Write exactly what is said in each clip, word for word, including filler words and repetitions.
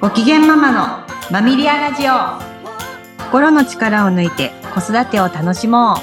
ご機嫌ママのマミリアラジオ。心の力を抜いて子育てを楽しもう。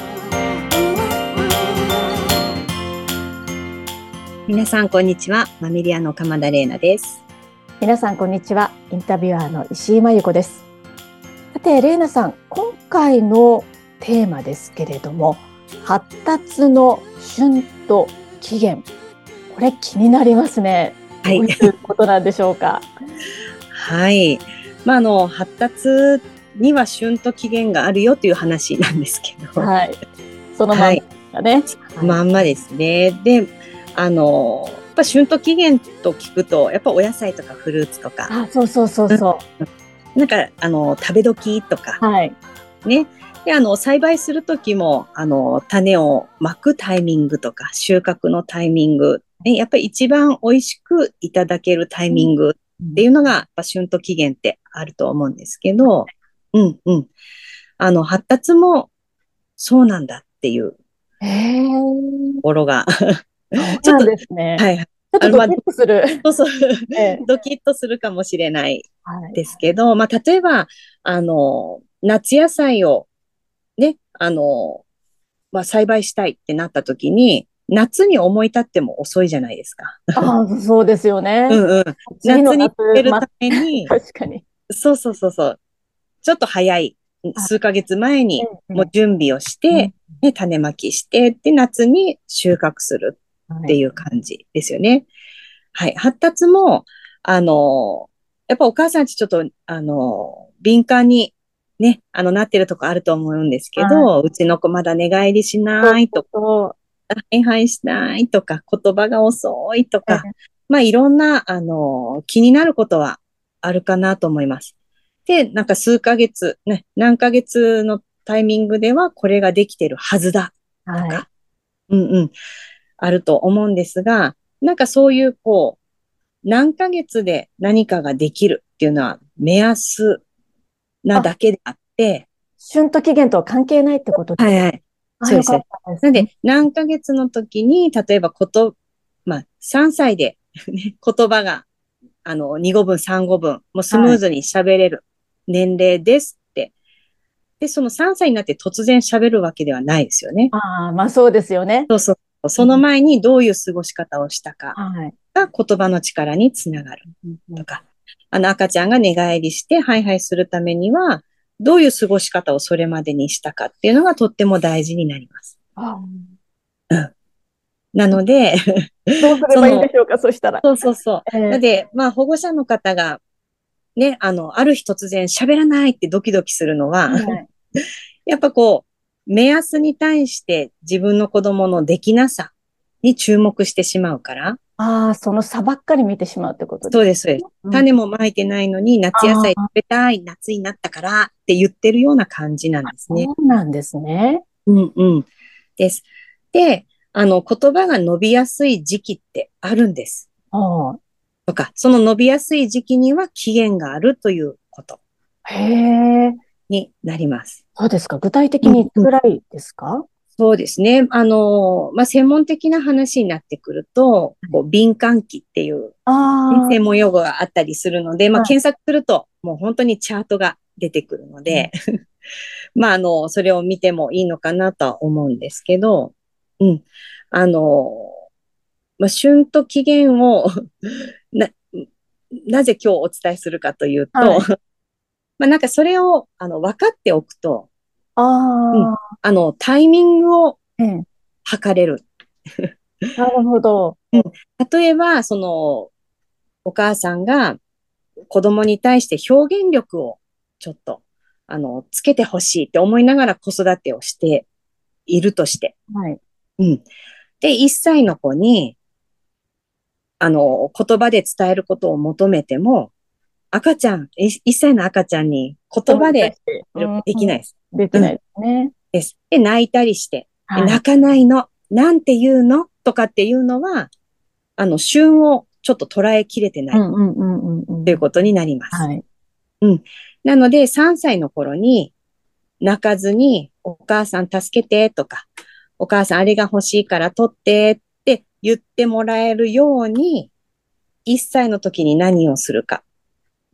皆さんこんにちは。マミリアの鎌田玲奈です。 皆さんこんにちは。インタビュアーの石井真由子です。さて玲奈さん、今回のテーマですけれども、発達の旬と期限、これ気になりますね。どういうことなんでしょうか。 はい、まあ、あの発達には旬と期限があるよという話なんですけど、 はい、そのまんまですね。 はい、まんまですね。で、あのやっぱ旬と期限と聞くと、やっぱお野菜とかフルーツとか、 あ、そうそうそうそう、 うん、なんかあの食べ時とか、 はい、 ね。で、あの栽培する時もあの種をまくタイミングとか収穫のタイミング、ね、やっぱり一番美味しくいただけるタイミングっていうのが、やっぱ旬と期限ってあると思うんですけど、うんうん。あの発達もそうなんだっていうところがそうちょっと、 なんですね。 はいはい。 ちょっとドキッとする。 そうそう、 ええ、 ドキッとするかもしれないはい、 ですけど、まあ、例えば、あの、夏野菜をね、あの、まあ、栽培したいってなった時に、夏に思い立っても遅いじゃないですか。 ああ、そうですよね。 うんうん。夏に次の夏、ま、 植えるために、 確かに。 そうそうそうそう、ちょっと早い、 あ、 数ヶ月前えにえ、 もう準備をしうん、 て、ね、種まきして、で、夏に収穫するはい。 っていう感じですよね。はい。発達も、あの、やっぱお母さんちちょっと、あの、敏感にね、あの、なってるとこあると思うんですけはい。 ど、うちの子まだ寝返りしそうそうないとか、 そう。 はいはいしないとか、言葉が遅いとか、 ええ、 まあ、いろんな、あの、気になることはあるかなと思います。で、なんか数ヶ月、ね、何ヶ月のタイミングではこれができてるはずだとはい。 か、うんうん、あると思うんですが、なんかそういう、こう、何ヶ月で何かができるっていうのは目安なあ、 だけであって、 旬と期限とは関係ないってことです。 はいはい。 あ、よかっそうです。 たです。 なんで、何ヶ月の時に、例えばこと、まあ、さんさいで言葉が、あの、に語分、さん語分、もうスムはい。 ーズに喋れる年齢ですって。で、そのさんさいになって突然喋るわけではないですよね。 ああ、まあそうですよね。 そうそう。 うん、 その前にどういう過ごし方をしたかはい。 が言葉の力につながるうんうん、 とか、あの赤ちゃんが寝返りしてハイハイするためには、どういう過ごし方をそれまでにしたかっていうのがとっても大事になります。 あ、 うん。なので、 どうすればいいんでその、 しょうか、そしたら。 そうそうそう。 ええ、 なので、まあ保護者の方がね、あの、ある日突然喋らないってドキドキするのは、 はい。 やっぱこう、目安に対して自分の子供のできなさに注目してしまうから、 ああ、その差ばっかり見てしまうってことですそうです、そうです。 ね。うん。 種もまいてないのに、夏野菜食ああ、 べたい、夏になったからって言ってるような感じなんですね。 そうなんですね。 うんうん。です。で、あの、言葉が伸びやすい時期ってあるんです。 ああ、 とか、その伸びやすい時期には期限があるということへえ、 になります。 そうですか。具体的にいつうんうん、 ぐらいですか？ そうですね。あの、まあ、専門的な話になってくると、こう、敏感期っていう、ね、 あ専門用語があったりするので、まあ、 あ、はい。 検索すると、もう本当にチャートが出てくるのうん、 で、まあ、あの、それを見てもいいのかなとは思うんですけど、うん。あの、まあ、旬と期限をな、なぜ今日お伝えするかというと、 はい。 まあ、なんかそれを、あの、分かっておくと、うん。 ああ、 あの、タイミングをええ、 測れる。 なるほど。 うん。例えば、その、お母さんが子供に対して表現力をちょっと、あの、つけてほしいって思いながら子育てをしているとして。 はい。 うん。で、いっさいの子に、あの、言葉で伝えることを求めても、赤ちゃん、いいっさいの赤ちゃんにと難言葉でしい。うん、 できないです。うん。 できないですね。 です。で、泣いたりして、 はい。 泣かないの、なんて言うのとかっていうのは、あの、旬をちょっと捉えきれてないうんうんうんうんうん。 ということになります。 はい。 うん。なので、さんさいの頃に泣かずに、お母さん助けてとか、お母さんあれが欲しいから取ってって言ってもらえるように、いっさいの時に何をするか。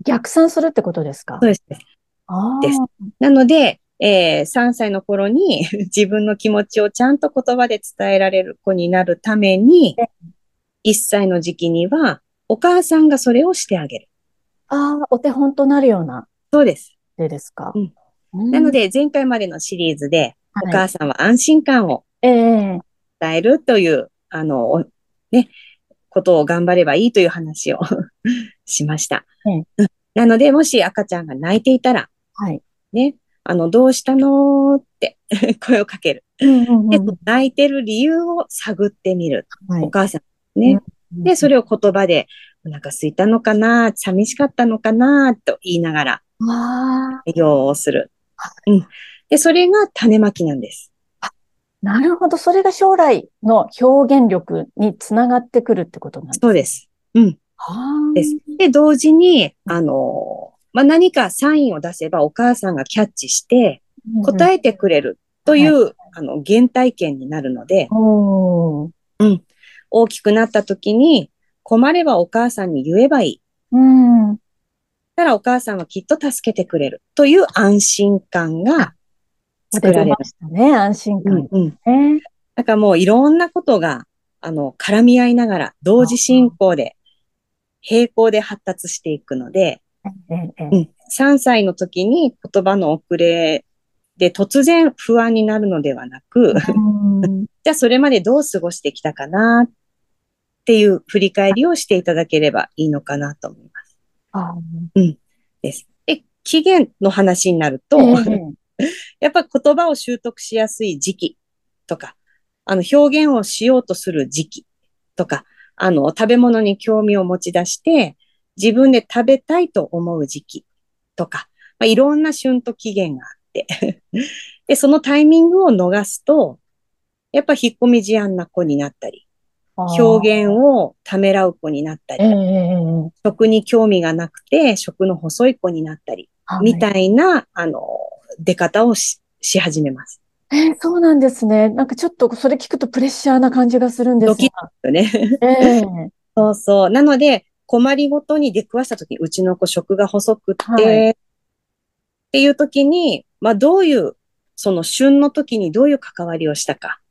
逆算するってことですか？ そうです。 あです。 あ、 なので、えーさんさいの頃に自分の気持ちをちゃんと言葉で伝えられる子になるために、 えいっさいの時期には、お母さんがそれをしてあげる。 ああ、お手本となるようなそうです。 例ですか？ うん。なうん、 ので、前回までのシリーズで、おはい。 母さんは安心感をええ、 伝えるという、あの、おね、ことを頑張ればいいという話をしました。 ええ、 うん。なので、もし赤ちゃんが泣いていたら、 はい。 ね、あの、どうしたのって声をかける。 うん、うん、 で、 うん。 泣いてる理由を探ってみる。 はい。 お母さんうん、 ね。 うん、 で、それを言葉で、お腹空いたのかな、寂しかったのかな、と言いながら、 うん。あ営業をする。 あ、 うん。で、それが種まきなんです。 なるほど。それが将来の表現力につながってくるってことなんです。 そうです。うん。 あです。 あ、 で、同時に、あの、まあ、何かサインを出せばお母さんがキャッチしてうんうん、 答えてくれるといはい。 う、あの、原体験になるので、 おー。 うん。大きくなった時に困ればお母さんに言えばいい。 うん。 たらお母さんはきっと助けてくれるという安心感あ、 がここで出ま作られる。 したね。安心感。 うんうん。 ね。 だからもういろんなことが、あの、絡み合いながら同時進あ、 行で並行で発達していくので、 ええ、ええ。 うん。さんさいの時に言葉の遅れで突然不安になるのではなく、 うん。 じゃあそれまでどう過ごしてきたかなっていう振り返りをしていただければいいのかなと思います。 あ、 うん。です。で、期限の話になるえと、 え、 やっぱ言葉を習得しやすい時期とか、あの表現をしようとする時期とか、あの食べ物に興味を持ち出して自分で食べたいと思う時期とか、まあ、いろんな旬と期限があってで、そのタイミングを逃すと、やっぱ引っ込み思案な子になったり、 ああ、 表現をためらう子になったええ、 り、 ええ、 食に興味がなくて食の細い子になったり、みはい。 たいな、あの、出方をしし始めます。 ええ、そうなんですね。なんかちょっとそれ聞くとプレッシャーな感じがするんですが。 ドキッとね。 ええ、 そうそう。なので、困りごとに出くわしたときに、うちの子食が細くっはい。 て、っていうときに、まあどういう、その旬の時にどういう関わりをしたか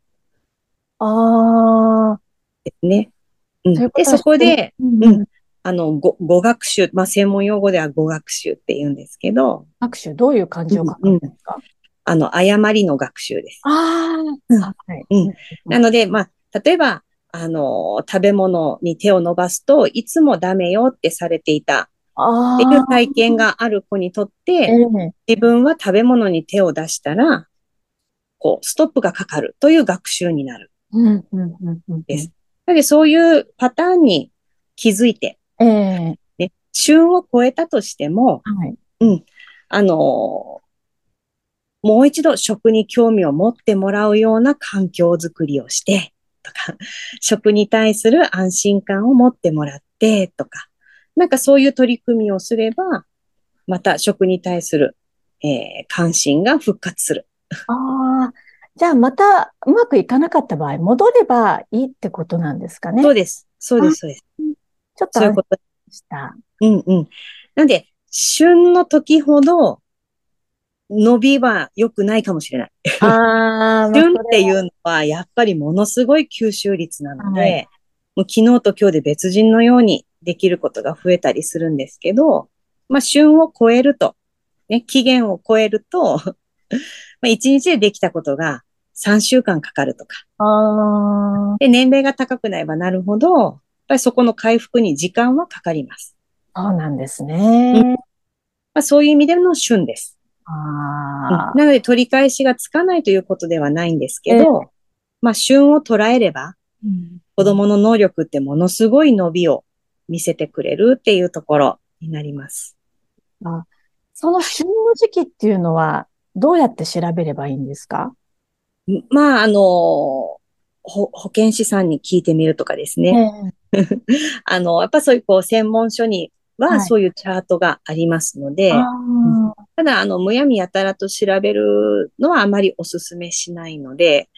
ああ、 ですね。うん。で、 そういうことはそ知ってる。 こで、うん。 うんうん。 あの、語、語学習、まあ専門用語では語学習って言うんですけど、 拍手、どういう漢うん字を書くうん。 んですか？ あの、誤りの学習です。 ああ、 うん。 はい。 うん。 うんうん、 なので、まあ、例えば、あの、食べ物に手を伸ばすといつもダメよってされていたっていうああ、 体験がある子にとって、 ええ、 自分は食べ物に手を出したら、こう、ストップがかかるという学習になるうん、うん、うん、うん。うん、 です。なので、そういうパターンに気づいて、 ええ、 ね、旬を超えたとしても、 はい。 うん、あのもう一度食に興味を持ってもらうような環境づくりをして、とか、食に対する安心感を持ってもらって、とか、なんかそういう取り組みをすれば、また食に対する、えー関心が復活する。 ああ、じゃあまたうまくいかなかった場合、戻ればいいってことなんですかね。 そうです。そうあ、 です。そうです。 ちょっと安心そういうこと。 した。 うんうん。なんで、旬の時ほど伸びは良くないかもしれない。 ああ、まあ、 旬っそれていうのは、やっぱりものすごい吸収率なは、はい。 ので、もう昨日と今日で別人のようにできることが増えたりするんですけど、まあ、旬を超えると、ね、期限を超えると、まあ、いちにちでできたことがさんしゅうかんかかるとか。 ああ、 で、年齢が高くなればなるほど、やっぱりそこの回復に時間はかかります。 そうなんですうん。 ね。 まあ、そういう意味での旬です。うん。 ああ、 なので取り返しがつかないということではないんですけええ、 ど、まあ、旬を捉えれば、 うん、 子供の能力ってものすごい伸びを見せてくれるっていうところになります。 あ、その旬の時期っていうのは、どうやって調べればいいんですか？ まあ、あの、ほ保健師さんに聞いてみるとかですね。 ええ、 あの、やっぱそういうこう専門書にははい。 そういうチャートがありますのあで、うん。 あ、 ただ、あの、むやみやたらと調べるのはあまりお勧めしないので、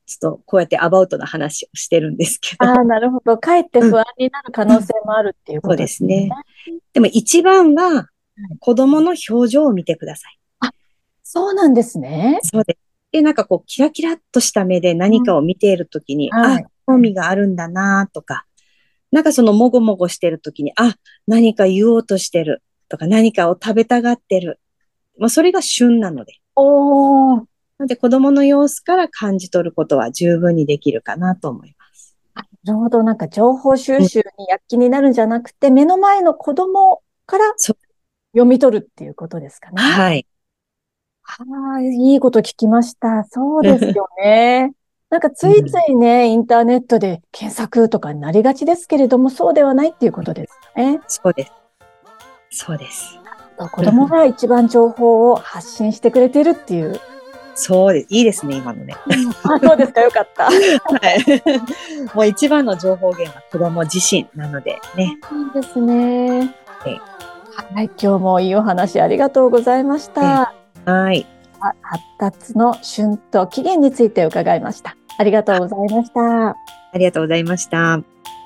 ちょっとこうやってアバウトな話をしてるんですけど。 ああ、なるほど。かえって不安になる可能性もあるっていうこそうとですね。 ですね。でも一番は子供の表情を見てください。 あ、そうなんですね。 そうです。で、なんかこう、キラキラっとした目で何かを見ているときに、あ、 はい。 興味があるんだなとか、なんかそのもごもごしてるときに、あ、何か言おうとしてるとか、何かを食べたがってる。まあ、それが旬なので。 おー。 なので、子供の様子から感じ取ることは十分にできるかなと思います。 なるほど。なんか情報収うん、 集に躍起になるんじゃなくて、目の前の子供からそう、 読み取るっていうことですかね。 はい。 はい、いいこと聞きました。そうですよね。なんかついつうん、 いね、インターネットで検索とかになりがちですけれども、そうではないっていうことですね。 そうです。そうです。 子供が一番情報を発信してくれているっていう。 そうです。いいですね、今のね。 うん、あ、そうですか。よかった。 はい。もう一番の情報源は子供自身なのでね。 そうですね。 ええはい、今日もいいお話ありがとうございましええた。 はい。 あ、発達の旬と起源について伺いました。ありがとうございました。 ありがとうございました。